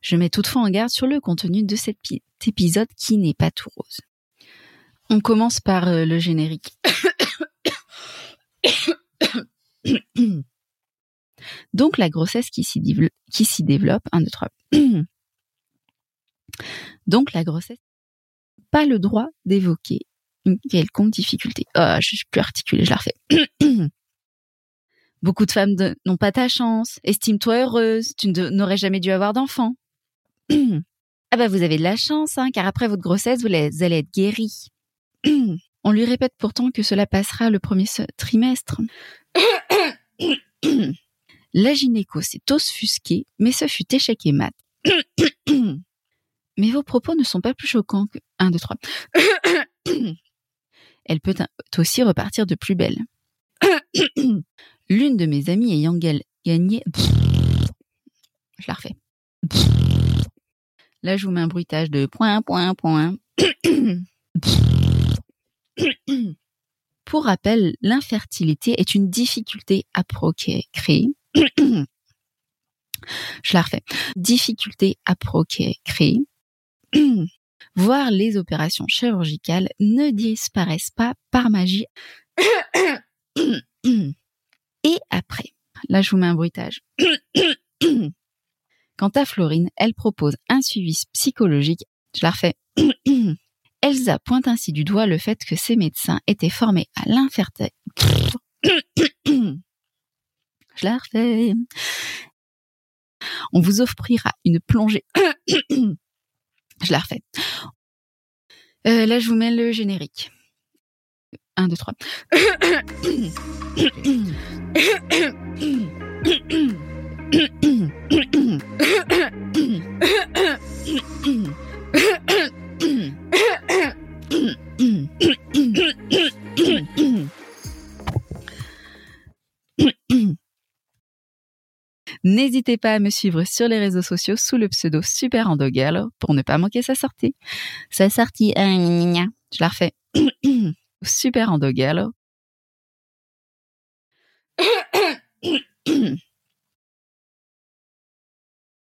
Je mets toutefois en garde sur le contenu de cet épisode qui n'est pas tout rose. On commence par le générique. Donc la grossesse qui s'y développe, 1, 2, 3. Donc la grossesse, pas le droit d'évoquer une quelconque difficulté. Je suis plus articulée, je la refais. Beaucoup de femmes n'ont pas ta chance. Estime-toi heureuse. Tu n'aurais jamais dû avoir d'enfant. Ah bah vous avez de la chance, car après votre grossesse, vous allez être guérie. On lui répète pourtant que cela passera le premier trimestre. La gynéco s'est offusquée, mais ce fut échec et mat. Mais vos propos ne sont pas plus choquants que 1, 2, 3. Elle peut aussi repartir de plus belle. L'une de mes amies ayant gagné... Je la refais. Là, je vous mets un bruitage de point. Pour rappel, l'infertilité est une difficulté à procréer. Je la refais. Difficulté à procréer. Voire les opérations chirurgicales ne disparaissent pas par magie. Et après, là je vous mets un bruitage. Quant à Florine, elle propose un suivi psychologique. Je la refais. Elsa pointe ainsi du doigt le fait que ces médecins étaient formés à l'infertilité. Je la refais. On vous offrira une plongée. Je la refais. Là, je vous mets le générique. 1, 2, 3. N'hésitez pas à me suivre sur les réseaux sociaux sous le pseudo Super Endogirl pour ne pas manquer sa sortie. Sa sortie, je la refais. Super Endogirl.